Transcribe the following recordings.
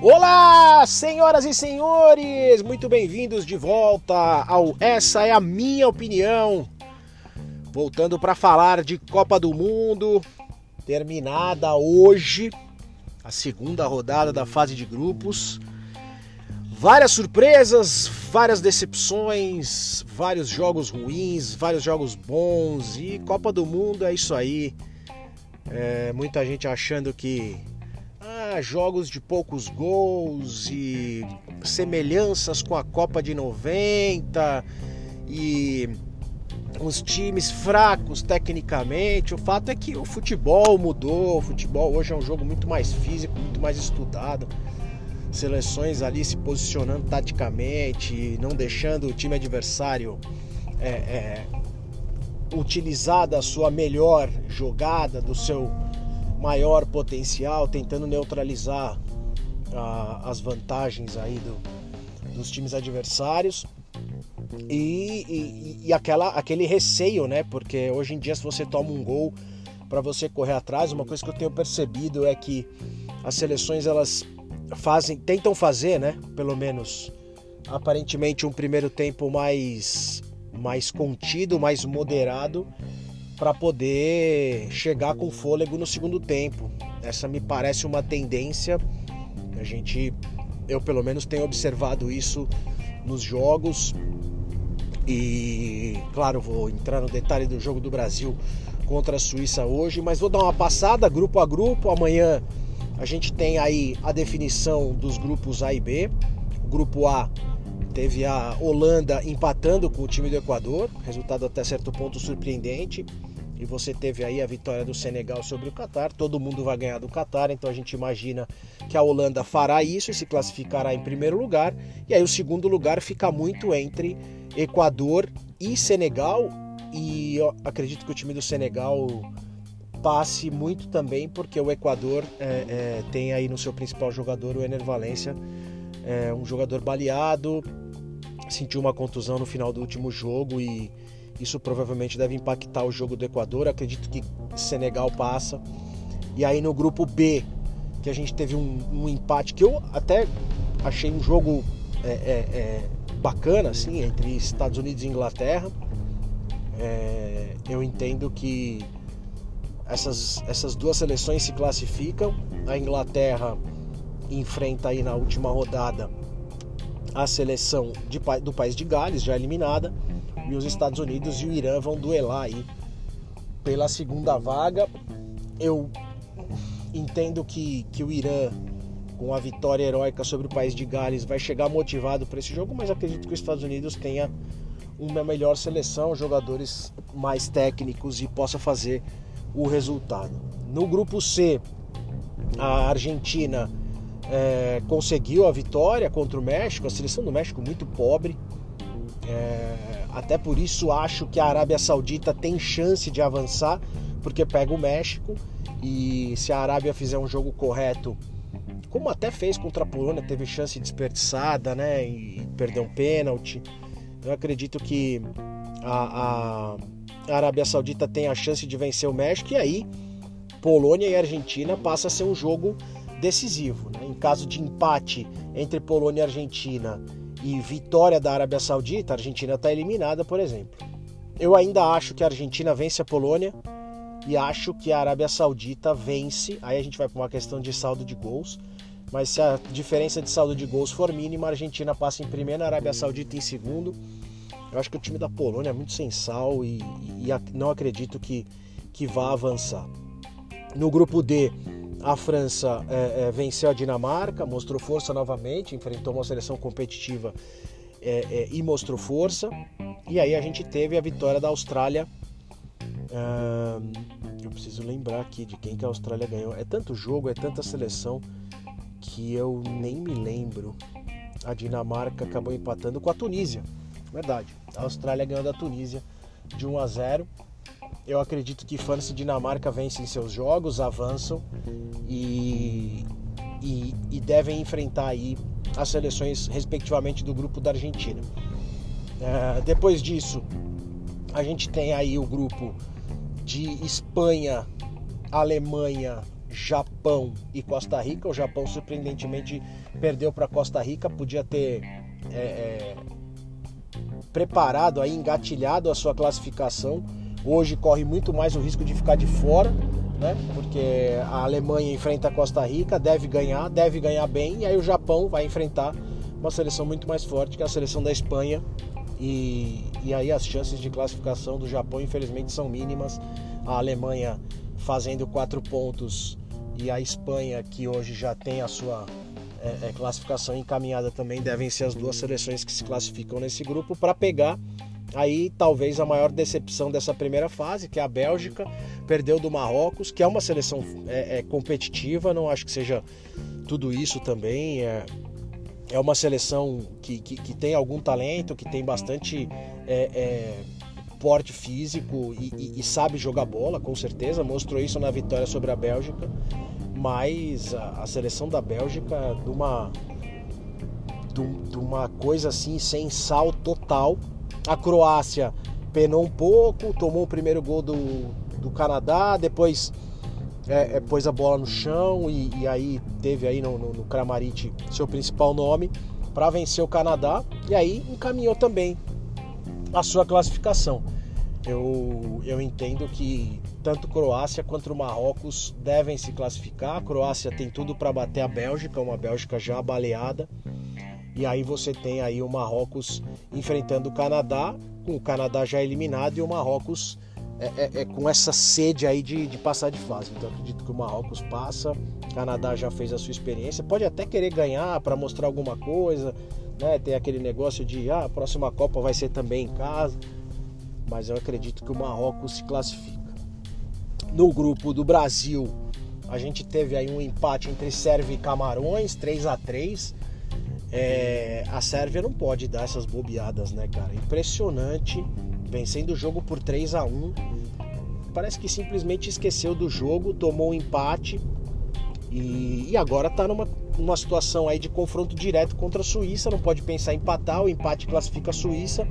Olá, senhoras e senhores, muito bem-vindos de volta ao Essa é a Minha Opinião. Voltando para falar de Copa do Mundo, terminada hoje a segunda rodada da fase de grupos. Várias surpresas, várias decepções, vários jogos ruins, vários jogos bons e Copa do Mundo é isso aí. Muita gente achando que jogos de poucos gols e semelhanças com a Copa de 90 e uns times fracos tecnicamente. O fato é que o futebol mudou, o futebol hoje é um jogo muito mais físico, muito mais estudado, seleções ali se posicionando taticamente, não deixando o time adversário utilizar da sua melhor jogada, do seu maior potencial, tentando neutralizar as vantagens aí dos times adversários e aquele receio, né? Porque hoje em dia, se você toma um gol para você correr atrás, uma coisa que eu tenho percebido é que as seleções elas tentam fazer, né? Pelo menos aparentemente um primeiro tempo mais contido, mais moderado, para poder chegar com fôlego no segundo tempo. Essa me parece uma tendência. Eu pelo menos tenho observado isso nos jogos. E claro, vou entrar no detalhe do jogo do Brasil contra a Suíça hoje, mas vou dar uma passada grupo a grupo. Amanhã a gente tem aí a definição dos grupos A e B. O grupo A teve a Holanda empatando com o time do Equador, resultado até certo ponto surpreendente. E você teve aí a vitória do Senegal sobre o Catar. Todo mundo vai ganhar do Catar, então a gente imagina que a Holanda fará isso e se classificará em primeiro lugar. E aí o segundo lugar fica muito entre Equador e Senegal. E eu acredito que o time do Senegal passe muito também, porque o Equador tem aí no seu principal jogador, o Ener Valencia, um jogador baleado, sentiu uma contusão no final do último jogo e isso provavelmente deve impactar o jogo do Equador. Acredito que Senegal passa. E aí no grupo B, que a gente teve um empate, que eu até achei um jogo bacana, assim, entre Estados Unidos e Inglaterra. Eu entendo que essas duas seleções se classificam. A Inglaterra enfrenta aí na última rodada a seleção do país de Gales, já eliminada. E os Estados Unidos e o Irã vão duelar aí pela segunda vaga. Eu entendo que o Irã, com a vitória heróica sobre o país de Gales, vai chegar motivado para esse jogo, mas acredito que os Estados Unidos tenha uma melhor seleção, jogadores mais técnicos e possa fazer o resultado. No grupo C, a Argentina conseguiu a vitória contra o México. A seleção do México muito pobre. Até por isso acho que a Arábia Saudita tem chance de avançar, porque pega o México, e se a Arábia fizer um jogo correto, como até fez contra a Polônia, teve chance desperdiçada, né, e perdeu um pênalti. Eu acredito que a Arábia Saudita tem a chance de vencer o México, e aí Polônia e Argentina passa a ser um jogo decisivo, né? Em caso de empate entre Polônia e Argentina e vitória da Arábia Saudita, a Argentina está eliminada, por exemplo. Eu ainda acho que a Argentina vence a Polônia e acho que a Arábia Saudita vence. Aí a gente vai para uma questão de saldo de gols, mas se a diferença de saldo de gols for mínima, a Argentina passa em primeiro, a Arábia Saudita em segundo. Eu acho que o time da Polônia é muito sem sal e não acredito que vá avançar. No grupo D, a França venceu a Dinamarca, mostrou força novamente, enfrentou uma seleção competitiva e mostrou força. E aí a gente teve a vitória da Austrália. Eu preciso lembrar aqui de quem que a Austrália ganhou. É tanto jogo, é tanta seleção que eu nem me lembro. A Dinamarca acabou empatando com a Tunísia. Verdade, a Austrália ganhou da Tunísia de 1-0. Eu acredito que França e Dinamarca vencem seus jogos, avançam e devem enfrentar aí as seleções respectivamente do grupo da Argentina. Depois disso, a gente tem aí o grupo de Espanha, Alemanha, Japão e Costa Rica. O Japão surpreendentemente perdeu para Costa Rica, podia ter preparado, aí, engatilhado a sua classificação. Hoje corre muito mais o risco de ficar de fora, né? Porque a Alemanha enfrenta a Costa Rica, deve ganhar bem, e aí o Japão vai enfrentar uma seleção muito mais forte, que é a seleção da Espanha, e aí as chances de classificação do Japão infelizmente são mínimas. A Alemanha fazendo 4 pontos e a Espanha, que hoje já tem a sua classificação encaminhada, também devem ser as duas seleções que se classificam nesse grupo para pegar aí talvez a maior decepção dessa primeira fase, que é a Bélgica. Perdeu do Marrocos, que é uma seleção competitiva, não acho que seja tudo isso também. É uma seleção que tem algum talento, que tem bastante porte físico e sabe jogar bola, com certeza. Mostrou isso na vitória sobre a Bélgica. Mas a seleção da Bélgica de uma coisa assim sem sal total. A Croácia penou um pouco, tomou o primeiro gol do Canadá, depois pôs a bola no chão e aí teve aí no Kramaric seu principal nome para vencer o Canadá, e aí encaminhou também a sua classificação. Eu entendo que tanto Croácia quanto o Marrocos devem se classificar. A Croácia tem tudo para bater a Bélgica, uma Bélgica já baleada. E aí você tem aí o Marrocos enfrentando o Canadá, com o Canadá já eliminado, e o Marrocos com essa sede aí de passar de fase. Então eu acredito que o Marrocos passa, o Canadá já fez a sua experiência, pode até querer ganhar para mostrar alguma coisa, né? Tem aquele negócio de a próxima Copa vai ser também em casa, mas eu acredito que o Marrocos se classifica. No grupo do Brasil, a gente teve aí um empate entre Sérvia e Camarões, 3-3. A Sérvia não pode dar essas bobeadas, né, cara? Impressionante, vencendo o jogo por 3-1. Parece que simplesmente esqueceu do jogo, tomou um empate e agora tá numa situação aí de confronto direto contra a Suíça. Não pode pensar em empatar, o empate classifica a Suíça.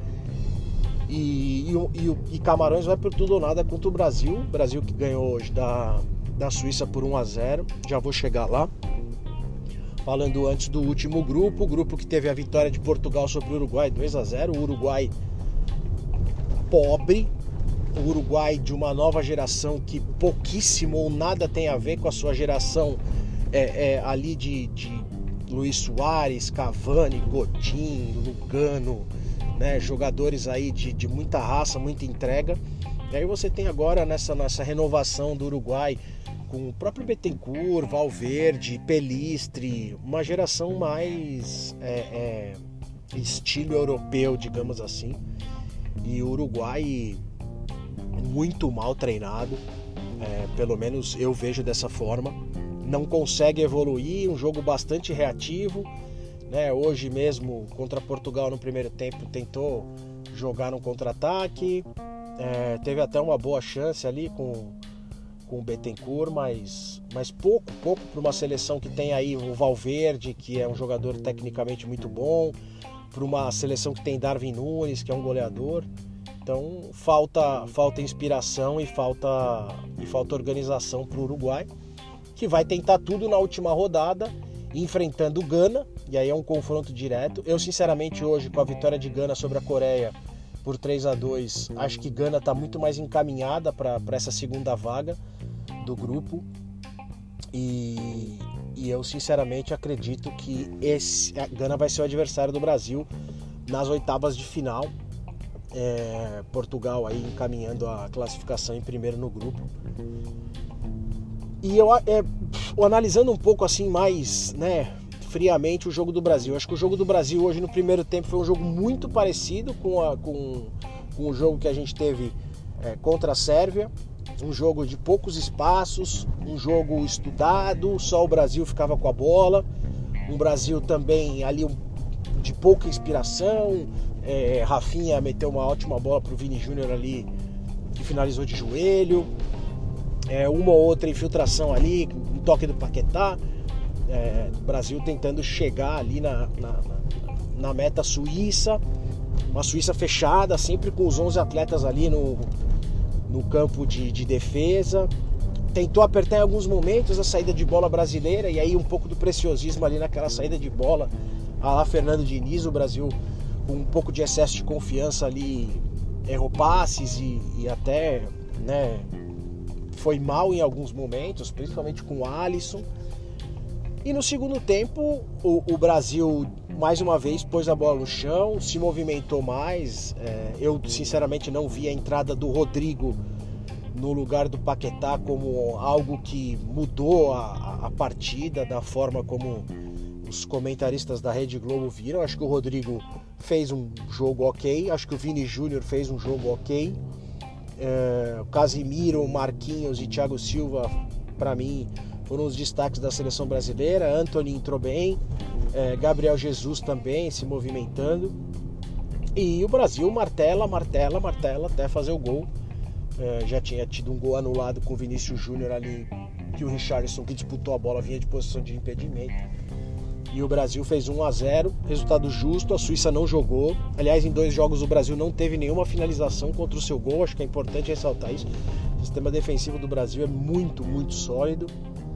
E Camarões vai por tudo ou nada contra o Brasil. Brasil que ganhou hoje da Suíça por 1-0. Já vou chegar lá. Falando antes do último grupo, o grupo que teve a vitória de Portugal sobre o Uruguai 2-0. O Uruguai pobre, o Uruguai de uma nova geração que pouquíssimo ou nada tem a ver com a sua geração ali de Luis Soares, Cavani, Coutinho, Lugano, né, jogadores aí de muita raça, muita entrega. E aí você tem agora nessa renovação do Uruguai com o próprio Bentancur, Valverde, Pelistri, uma geração mais estilo europeu, digamos assim. E o Uruguai muito mal treinado, pelo menos eu vejo dessa forma. Não consegue evoluir, um jogo bastante reativo, né? Hoje mesmo contra Portugal no primeiro tempo tentou jogar no contra-ataque, teve até uma boa chance ali com o Bentancur, mas pouco para uma seleção que tem aí o Valverde, que é um jogador tecnicamente muito bom, para uma seleção que tem Darwin Núñez, que é um goleador. Então falta inspiração e falta organização para o Uruguai, que vai tentar tudo na última rodada, enfrentando o Gana, e aí é um confronto direto. Eu sinceramente hoje, com a vitória de Gana sobre a Coreia por 3-2, acho que Gana está muito mais encaminhada para essa segunda vaga do grupo, e eu sinceramente acredito que a Gana vai ser o adversário do Brasil nas oitavas de final. Portugal aí encaminhando a classificação em primeiro no grupo. E eu analisando um pouco assim mais, né, friamente o jogo do Brasil. Acho que o jogo do Brasil hoje no primeiro tempo foi um jogo muito parecido com o jogo que a gente teve contra a Sérvia. Um jogo de poucos espaços, um jogo estudado, só o Brasil ficava com a bola. Um Brasil também ali de pouca inspiração. Rafinha meteu uma ótima bola para o Vini Júnior ali, que finalizou de joelho. Uma ou outra infiltração ali, um toque do Paquetá. O Brasil tentando chegar ali na meta suíça, uma Suíça fechada, sempre com os 11 atletas ali no campo de defesa. tentou apertar em alguns momentos a saída de bola brasileira, e aí um pouco do preciosismo ali naquela saída de bola, a lá Fernando Diniz. O Brasil, com um pouco de excesso de confiança ali, errou passes e até, né, foi mal em alguns momentos, principalmente com o Alisson. E no segundo tempo o Brasil mais uma vez pôs a bola no chão, se movimentou mais. Eu sinceramente não vi a entrada do Rodrigo no lugar do Paquetá como algo que mudou a partida, da forma como os comentaristas da Rede Globo viram. Acho que o Rodrigo fez um jogo ok, acho que o Vini Júnior fez um jogo ok. O Casimiro, Marquinhos e Thiago Silva, para mim, foram os destaques da seleção brasileira. Antony entrou bem, Gabriel Jesus também se movimentando, e o Brasil martela até fazer o gol. Já tinha tido um gol anulado com o Vinícius Júnior ali, que o Richarlison, que disputou a bola, vinha de posição de impedimento, e o Brasil fez 1-0, resultado justo. A Suíça não jogou, aliás, em 2 jogos o Brasil não teve nenhuma finalização contra o seu gol. Acho que é importante ressaltar isso. O sistema defensivo do Brasil é muito, muito sólido,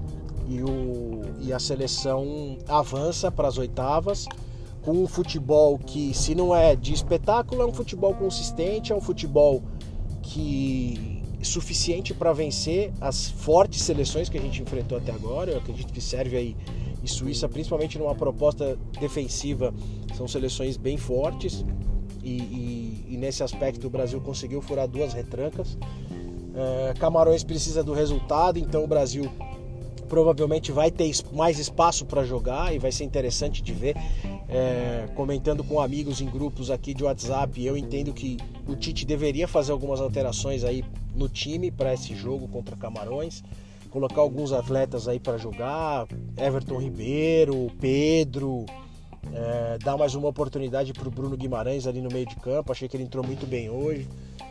e a seleção avança para as oitavas com um futebol que, se não é de espetáculo, é um futebol consistente, é um futebol que é suficiente para vencer as fortes seleções que a gente enfrentou até agora. Eu acredito que Sérvia e Suíça, principalmente numa proposta defensiva, são seleções bem fortes, e nesse aspecto o Brasil conseguiu furar 2 retrancas. Camarões precisa do resultado, então o Brasil provavelmente vai ter mais espaço para jogar, e vai ser interessante de ver. Comentando com amigos em grupos aqui de WhatsApp, eu entendo que o Tite deveria fazer algumas alterações aí no time para esse jogo contra Camarões, colocar alguns atletas aí para jogar, Everton Ribeiro, Pedro, dar mais uma oportunidade para o Bruno Guimarães ali no meio de campo. Achei que ele entrou muito bem hoje,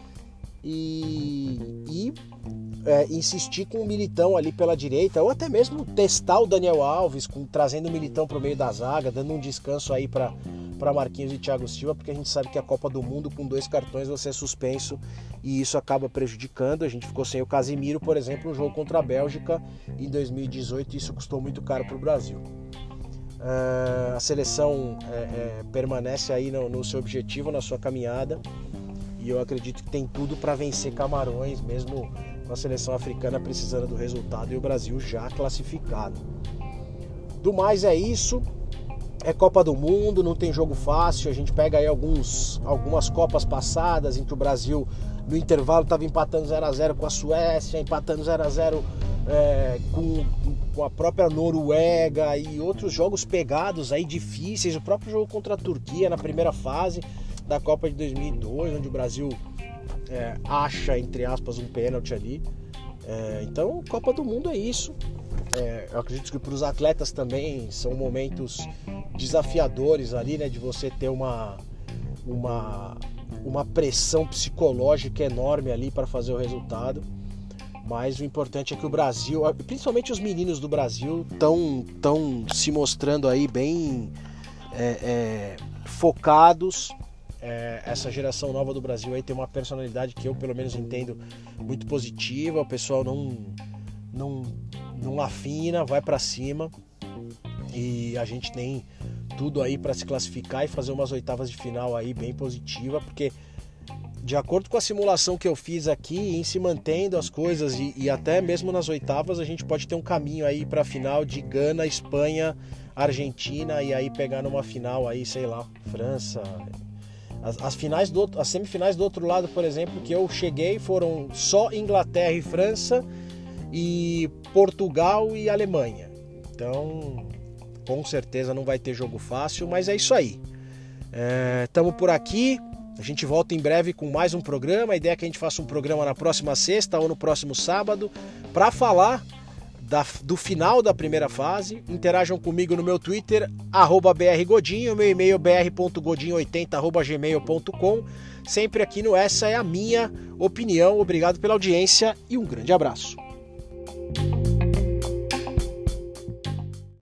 e insistir com o Militão ali pela direita, ou até mesmo testar o Daniel Alves, trazendo o Militão para o meio da zaga, dando um descanso aí para Marquinhos e Thiago Silva, porque a gente sabe que a Copa do Mundo, com 2 cartões, você é suspenso, e isso acaba prejudicando. A gente ficou sem o Casimiro, por exemplo, no jogo contra a Bélgica em 2018, e isso custou muito caro para o Brasil. A seleção permanece aí no seu objetivo, na sua caminhada, e eu acredito que tem tudo para vencer Camarões, mesmo com a seleção africana precisando do resultado e o Brasil já classificado. Do mais é isso. É Copa do Mundo, não tem jogo fácil. A gente pega aí algumas Copas passadas em que o Brasil, no intervalo, estava empatando 0-0 com a Suécia, empatando 0-0 com a própria Noruega, e outros jogos pegados aí, difíceis. O próprio jogo contra a Turquia na primeira fase da Copa de 2002, onde o Brasil acha, entre aspas, um pênalti ali. Então, Copa do Mundo é isso. Eu acredito que para os atletas também são momentos desafiadores ali, né, de você ter uma pressão psicológica enorme ali para fazer o resultado. Mas o importante é que o Brasil, principalmente os meninos do Brasil, estão se mostrando aí bem focados. Essa geração nova do Brasil aí tem uma personalidade que eu, pelo menos, entendo muito positiva. O pessoal não afina, vai para cima, e a gente tem tudo aí para se classificar e fazer umas oitavas de final aí bem positiva, porque, de acordo com a simulação que eu fiz aqui, em se mantendo as coisas e até mesmo nas oitavas, a gente pode ter um caminho aí para a final de Gana, Espanha, Argentina, e aí pegar numa final aí, sei lá, França. As semifinais do outro lado, por exemplo, que eu cheguei, foram só Inglaterra e França, e Portugal e Alemanha. Então, com certeza não vai ter jogo fácil, mas é isso aí. Estamos por aqui. A gente volta em breve com mais um programa. A ideia é que a gente faça um programa na próxima sexta ou no próximo sábado para falar do final da primeira fase. Interajam comigo no meu Twitter, @brgodinho, meu e-mail br.godinho80@gmail.com. Sempre aqui no Essa é a Minha Opinião. Obrigado pela audiência e um grande abraço.